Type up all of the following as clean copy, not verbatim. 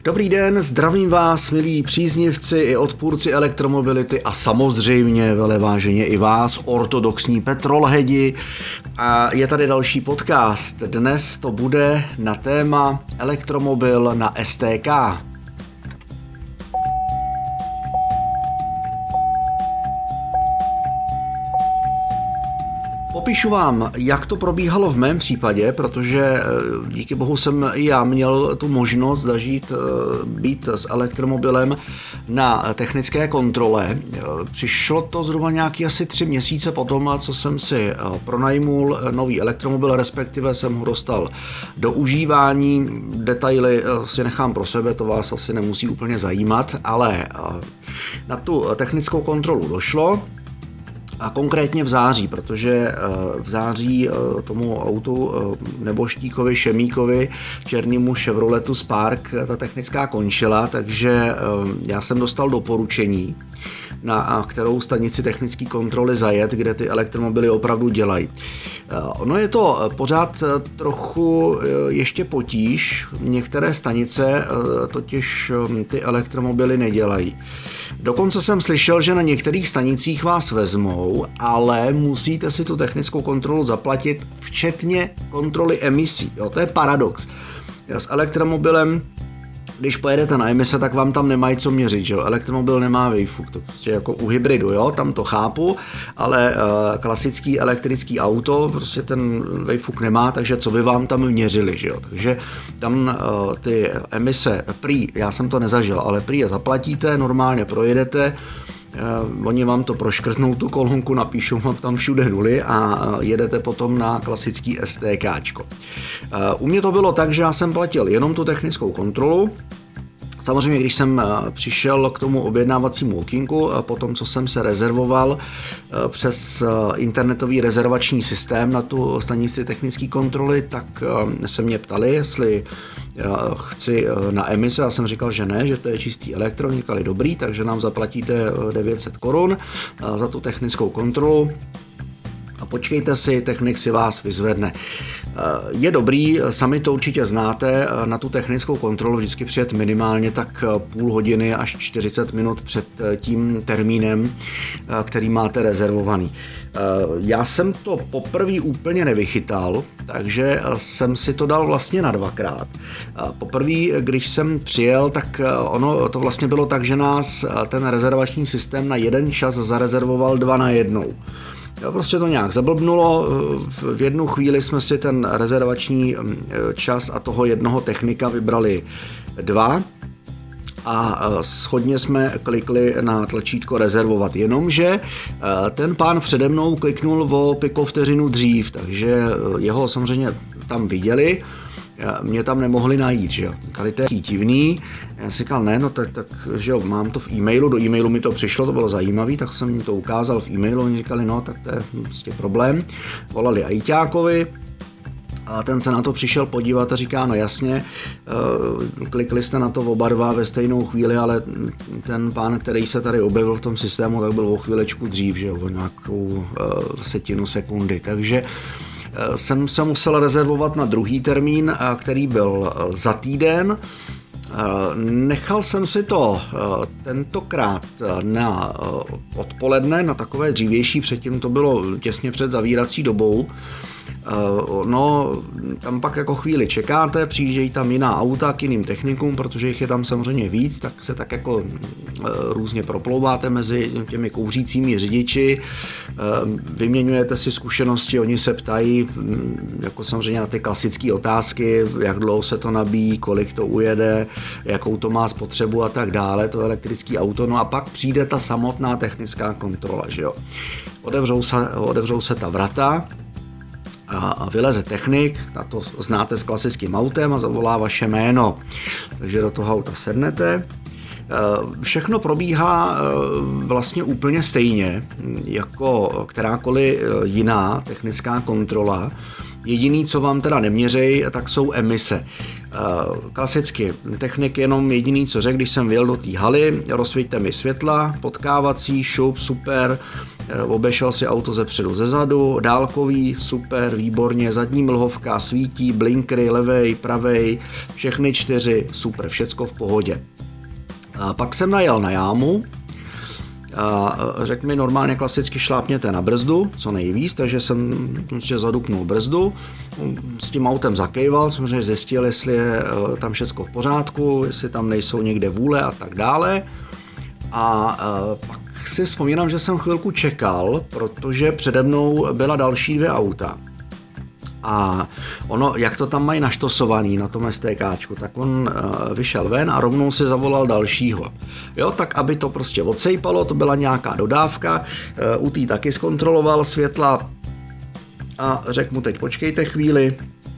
Dobrý den, zdravím vás, milí příznivci i odpůrci elektromobility a samozřejmě veleváženě i vás, ortodoxní petrolheadi. A je tady další podcast. Dnes to bude na téma elektromobil na STK. Popíšu vám, jak to probíhalo v mém případě, protože díky bohu jsem i já měl tu možnost zažít být s elektromobilem na technické kontrole. Přišlo to zhruba nějaký asi 3 měsíce potom, co jsem si pronajmul nový elektromobil, respektive jsem ho dostal do užívání. Detaily si nechám pro sebe, to vás asi nemusí úplně zajímat, ale na tu technickou kontrolu došlo. A konkrétně v září, protože v září tomu autu neboštíkovi, šemíkovi, černému Chevroletu Spark ta technická končila, takže já jsem dostal doporučení, na kterou stanici technické kontroly zajet, kde ty elektromobily opravdu dělají. Ono je to pořád trochu ještě potíž, některé stanice totiž ty elektromobily nedělají. Dokonce jsem slyšel, že na některých stanicích vás vezmou, ale musíte si tu technickou kontrolu zaplatit, včetně kontroly emisí. Jo, to je paradox. S elektromobilem, když pojedete na emise, tak vám tam nemají co měřit, že jo? Elektromobil nemá výfuk, to prostě jako u hybridu, jo? Tam to chápu, ale klasický elektrický auto prostě ten výfuk nemá, takže co by vám tam měřili, že jo? Takže tam ty emise prý, já jsem to nezažil, ale prý je zaplatíte, normálně projedete, oni vám to proškrtnou tu kolonku, napíšou vám tam všude nuly a jedete potom na klasický STKčko. U mě to bylo tak, že já jsem platil jenom tu technickou kontrolu. Samozřejmě, když jsem přišel k tomu objednávacímu okýnku, po tom, co jsem se rezervoval přes internetový rezervační systém na tu stanici technické kontroly, tak se mě ptali, jestli chci na emise. Já jsem říkal, že ne, že to je čistý elektro. Říkali dobrý, takže nám zaplatíte 900 korun za tu technickou kontrolu. A počkejte si, technik si vás vyzvedne. Je dobrý, sami to určitě znáte, na tu technickou kontrolu vždycky přijet minimálně tak půl hodiny až 40 minut před tím termínem, který máte rezervovaný. Já jsem to poprvé úplně nevychytal, takže jsem si to dal vlastně na 2krát. Poprvé, když jsem přijel, tak ono to vlastně bylo tak, že nás ten rezervační systém na jeden čas zarezervoval 2 na 1. Jo, prostě to nějak zablbnulo, v jednu chvíli jsme si ten rezervační čas a toho jednoho technika vybrali 2 a shodně jsme klikli na tlačítko rezervovat, jenomže ten pán přede mnou kliknul o pikovteřinu dřív, takže jeho samozřejmě tam viděli, mě tam nemohli najít, že jo. Říkali, to je divný. Já si říkal, ne, no tak že jo, mám to v e-mailu, do e-mailu mi to přišlo, to bylo zajímavý, tak jsem jim to ukázal v e-mailu, oni říkali, no tak to je prostě problém. Volali ajťákovi, a ten se na to přišel podívat a říká, no jasně, klikli jste na to oba dva ve stejnou chvíli, ale ten pán, který se tady objevil v tom systému, tak byl o chvílečku dřív, že jo, o nějakou setinu sekundy, takže jsem se musel rezervovat na druhý termín, který byl za týden. Nechal jsem si to tentokrát na odpoledne, na takové dřívější, předtím to bylo těsně před zavírací dobou. No, tam pak jako chvíli čekáte, přijíždějí tam jiná auta k jiným technikům, protože jich je tam samozřejmě víc, tak se tak jako různě proplouváte mezi těmi kouřícími řidiči, vyměňujete si zkušenosti, oni se ptají jako samozřejmě na ty klasické otázky, jak dlouho se to nabíjí, kolik to ujede, jakou to má spotřebu a tak dále, to elektrické auto, no a pak přijde ta samotná technická kontrola, že jo. Otevřou se ta vrata, a vyleze technik, na to znáte s klasickým autem a zavolá vaše jméno. Takže do toho auta sednete. Všechno probíhá vlastně úplně stejně jako kterákoliv jiná technická kontrola. Jediný, co vám teda neměřej, tak jsou emise. Klasicky technik jenom jediný, co řekl, když jsem vyjel do té haly, rozsvíťte mi světla, potkávací, šup, super, obešel si auto zepředu zezadu, dálkový, super, výborně, zadní mlhovka, svítí, blinkry, levej, pravej, všechny 4, super, všecko v pohodě. Pak jsem najel na jámu a řekl mi normálně klasicky šlápněte na brzdu, co nejvíc, takže jsem prostě zadupnul brzdu, s tím autem zakejval, samozřejmě zjistil, jestli je tam všecko v pořádku, jestli tam nejsou někde vůle a tak dále. A pak si vzpomínám, že jsem chvilku čekal, protože přede mnou byla další 2 auta. A ono, jak to tam mají naštosovaný na tom STKčku, tak on vyšel ven a rovnou si zavolal dalšího. Jo, tak aby to prostě odsejpalo, to byla nějaká dodávka, u tý taky zkontroloval světla a řekl mu teď počkejte chvíli.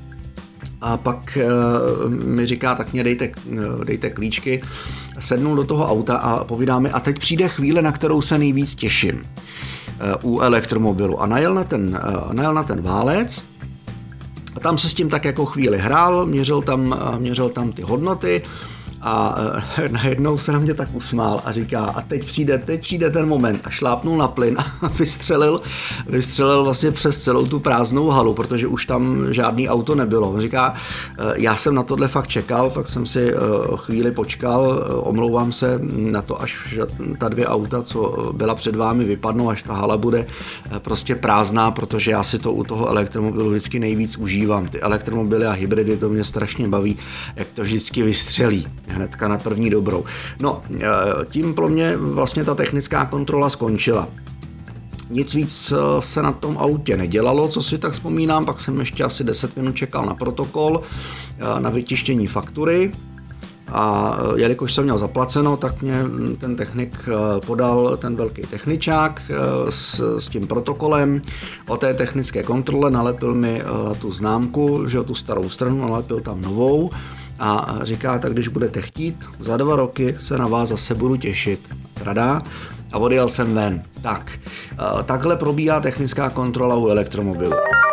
A pak mi říká, tak mě dejte klíčky. Sednul do toho auta a povídá mi, a teď přijde chvíle, na kterou se nejvíc těším u elektromobilu. A najel na ten válec a tam se s tím tak jako chvíli hrál, měřil tam ty hodnoty a najednou se na mě tak usmál a říká, a teď přijde ten moment, a šlápnul na plyn a vystřelil vlastně přes celou tu prázdnou halu, protože už tam žádný auto nebylo. On říká, já jsem na tohle fakt čekal, fakt jsem si chvíli počkal, omlouvám se na to, až ta 2 auta, co byla před vámi, vypadnou, až ta hala bude prostě prázdná, protože já si to u toho elektromobilu vždycky nejvíc užívám. Ty elektromobily a hybridy, to mě strašně baví, jak to vždycky vystřelí. Hnedka na první dobrou. No, tím pro mě vlastně ta technická kontrola skončila. Nic víc se na tom autě nedělalo, co si tak vzpomínám, pak jsem ještě asi 10 minut čekal na protokol, na vytištění faktury a jelikož jsem měl zaplaceno, tak mě ten technik podal ten velký techničák s tím protokolem o té technické kontrole, nalepil mi tu známku, že tu starou stranu, nalepil tam novou a říká, tak když budete chtít, za 2 roky se na vás zase budu těšit. Tradá. A odjel jsem ven. Takhle probíhá technická kontrola u elektromobilu.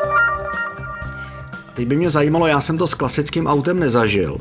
Teď by mě zajímalo, já jsem to s klasickým autem nezažil.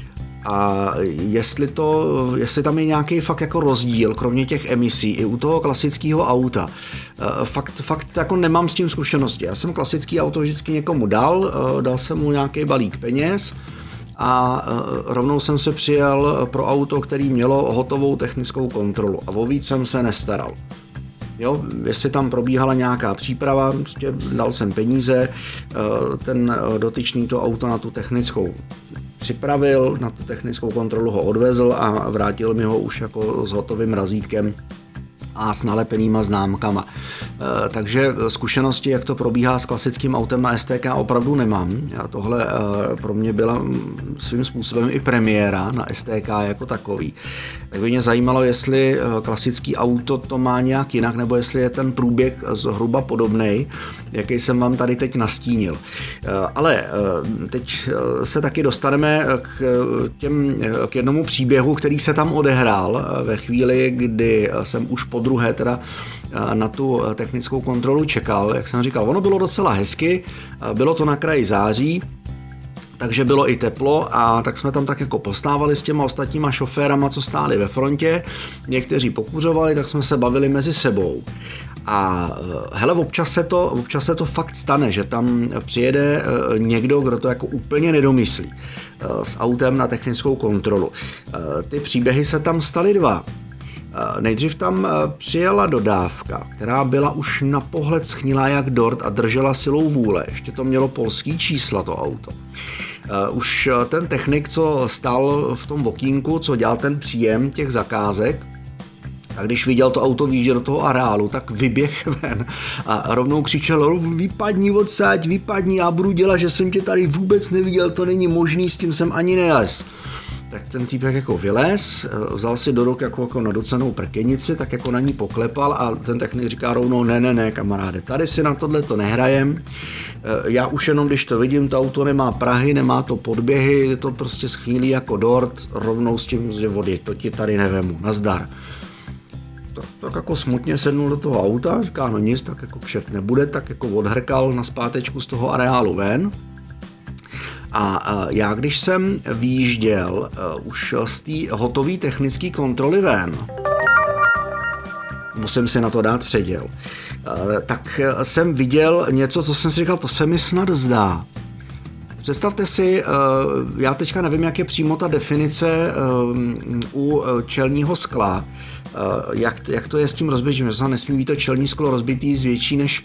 A jestli tam je nějaký fakt jako rozdíl, kromě těch emisí, i u toho klasického auta. Fakt jako nemám s tím zkušenosti. Já jsem klasický auto vždycky někomu dal jsem mu nějaký balík peněz a rovnou jsem se přijel pro auto, který mělo hotovou technickou kontrolu a o víc jsem se nestaral. Jo, jestli tam probíhala nějaká příprava, prostě dal jsem peníze, ten dotyčný to auto na tu technickou připravil, na tu technickou kontrolu ho odvezl a vrátil mi ho už jako s hotovým razítkem a s nalepenýma známkama. Takže zkušenosti, jak to probíhá s klasickým autem na STK, opravdu nemám. Tohle pro mě byla svým způsobem i premiéra na STK jako takový. Tak by mě zajímalo, jestli klasický auto to má nějak jinak, nebo jestli je ten průběh zhruba podobnej, jaký jsem vám tady teď nastínil. Ale teď se taky dostaneme k jednomu příběhu, který se tam odehrál ve chvíli, kdy jsem už podruhé teda na tu technickou kontrolu čekal. Jak jsem říkal, ono bylo docela hezky, bylo to na kraji září, takže bylo i teplo a tak jsme tam tak jako postávali s těma ostatníma šoférama, co stáli ve frontě. Někteří pokuřovali, tak jsme se bavili mezi sebou. A hele, občas se to fakt stane, že tam přijede někdo, kdo to jako úplně nedomyslí s autem na technickou kontrolu. Ty příběhy se tam staly 2. Nejdřív tam přijela dodávka, která byla už na pohled schnilá jak dort a držela silou vůle. Ještě to mělo polský čísla, to auto. Už ten technik, co stál v tom okýnku, co dělal ten příjem těch zakázek, a když viděl to auto výjíždět do toho areálu, tak vyběh ven a rovnou křičel, vypadni odsaď, vypadni, já budu dělat, že jsem tě tady vůbec neviděl, to není možný, s tím jsem ani nelez. Tak ten týpek jako vylez, vzal si do ruk jako na docenou prkenici, tak jako na ní poklepal a ten technik říká rovnou, ne, kamaráde, tady si na tohle to nehrajem, já už jenom když to vidím, to auto nemá prahy, nemá to podběhy, je to prostě schýlí jako dort, rovnou s tím z vody, to ti tady nevemu, nazdar. Tak jako smutně sednul do toho auta, říká, no nic, tak jako kšeft nebude, tak jako odhrkal na zpátečku z toho areálu ven. A já, když jsem vyjížděl už z té hotové technické kontroly ven, musím si na to dát předěl. Tak jsem viděl něco, co jsem si říkal, to se mi snad zdá. Představte si, já teďka nevím, jak je přímo ta definice u čelního skla, jak to je s tím rozbitím, že se nesmí být to čelní sklo rozbitý z víc než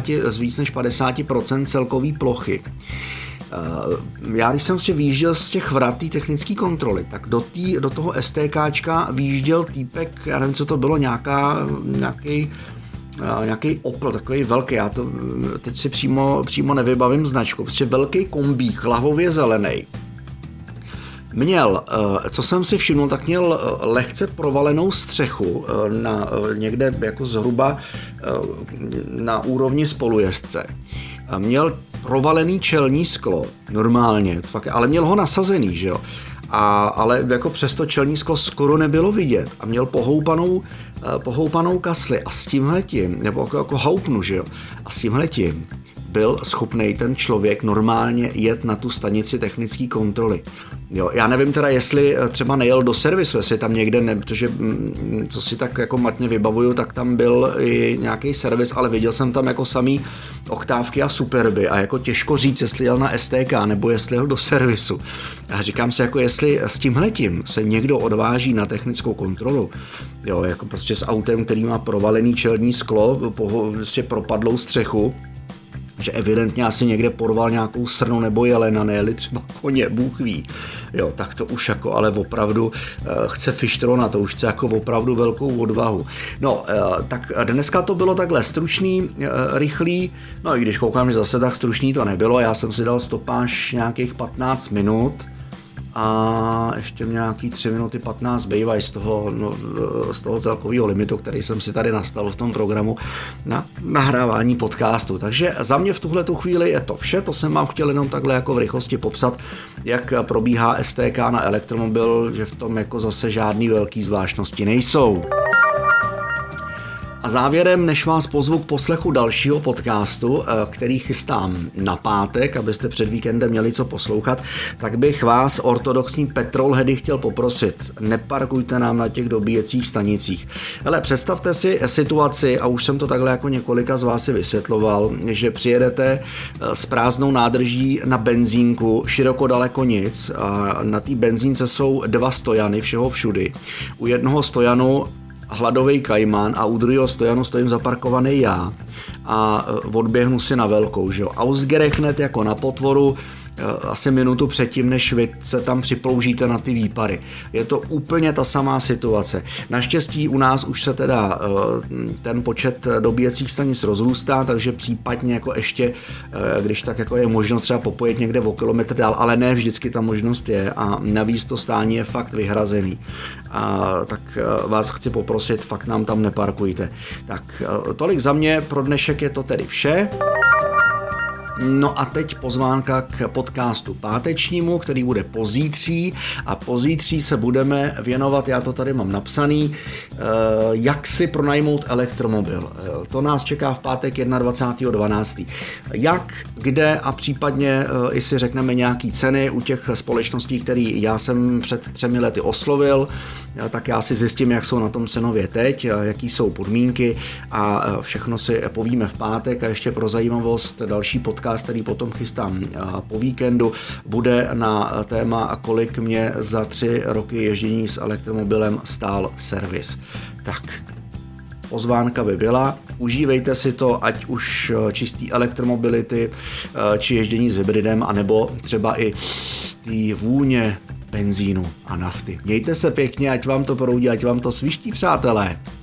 50% celkové plochy. Já když jsem si vyjížděl z těch vrat té technické kontroly, tak do toho STKčka vyjížděl týpek, já nevím, co to bylo, nějaký Opel, takový velký, já to teď si přímo nevybavím značku, prostě velký kombík, hlavově zelený. Měl, co jsem si všiml, tak měl lehce provalenou střechu někde jako zhruba na úrovni spolujezdce. Měl provalený čelní sklo, normálně, ale měl ho nasazený, že jo. Ale jako přesto čelní sklo skoro nebylo vidět a měl pohoupanou kasli a s tímhletím, nebo jako houpnu, že jo, a s tímhletím byl schopný ten člověk normálně jet na tu stanici technické kontroly. Jo, já nevím teda, jestli třeba nejel do servisu, jestli tam někde, protože co si tak jako matně vybavuju, tak tam byl i nějaký servis, ale viděl jsem tam jako samý Oktávky a Superby a jako těžko říct, jestli jel na STK nebo jestli jel do servisu. A říkám si, jako jestli s tímhletím se někdo odváží na technickou kontrolu, jo, jako prostě s autem, který má provalený čelní sklo, prostě propadlou střechu, že evidentně asi někde porval nějakou srnu nebo jelena, ne-li třeba koně, Bůh ví. Jo, tak to už jako ale opravdu chce fištrona, to už chce jako opravdu velkou odvahu. No, tak dneska to bylo takhle stručný, rychlý, no i když koukám, že zase tak stručný to nebylo, já jsem si dal stopáž nějakých 15 minut, a ještě nějaký 3 minuty 15 bývají z toho celkového limitu, který jsem si tady nastavil v tom programu na nahrávání podcastu. Takže za mě v tuhletu chvíli je to vše, to jsem vám chtěl jenom takhle jako v rychlosti popsat, jak probíhá STK na elektromobil, že v tom jako zase žádný velký zvláštnosti nejsou. A závěrem, než vás pozvu k poslechu dalšího podcastu, který chystám na pátek, abyste před víkendem měli co poslouchat, tak bych vás, ortodoxní petrolheady, chtěl poprosit, neparkujte nám na těch dobíjecích stanicích. Hele, představte si situaci, a už jsem to takhle jako několika z vás si vysvětloval, že přijedete s prázdnou nádrží na benzínku, široko daleko nic, a na té benzínce jsou 2 stojany, všeho všudy. U jednoho stojanu hladový kajman a u druhého stojanu stojím zaparkovaný já a odběhnu si na velkou, že jo. Ausgerechnet jako na potvoru asi minutu předtím, než vy se tam připloužíte na ty výpary. Je to úplně ta samá situace. Naštěstí u nás už se teda ten počet dobíjecích stanic rozrůstá, takže případně jako ještě, když tak jako je možnost třeba popojet někde o kilometr dál, ale ne vždycky ta možnost je a navíc to stání je fakt vyhrazený. Tak vás chci poprosit, fakt nám tam neparkujte. Tak tolik za mě, pro dnešek je to tedy vše. No a teď pozvánka k podcastu pátečnímu, který bude pozítří a pozítří se budeme věnovat, já to tady mám napsaný, jak si pronajmout elektromobil. To nás čeká v pátek 21.12. Jak, kde a případně i si řekneme nějaký ceny u těch společností, které já jsem před 3 lety oslovil, tak já si zjistím, jak jsou na tom cenově teď, jaký jsou podmínky a všechno si povíme v pátek a ještě pro zajímavost další podcast, který potom chystám po víkendu, bude na téma, kolik mě za 3 roky ježdění s elektromobilem stál servis. Tak, pozvánka by byla, užívejte si to, ať už čistý elektromobility, či ježdění s hybridem, anebo třeba i ty vůně benzínu a nafty. Mějte se pěkně, ať vám to proudí, ať vám to sviští, přátelé.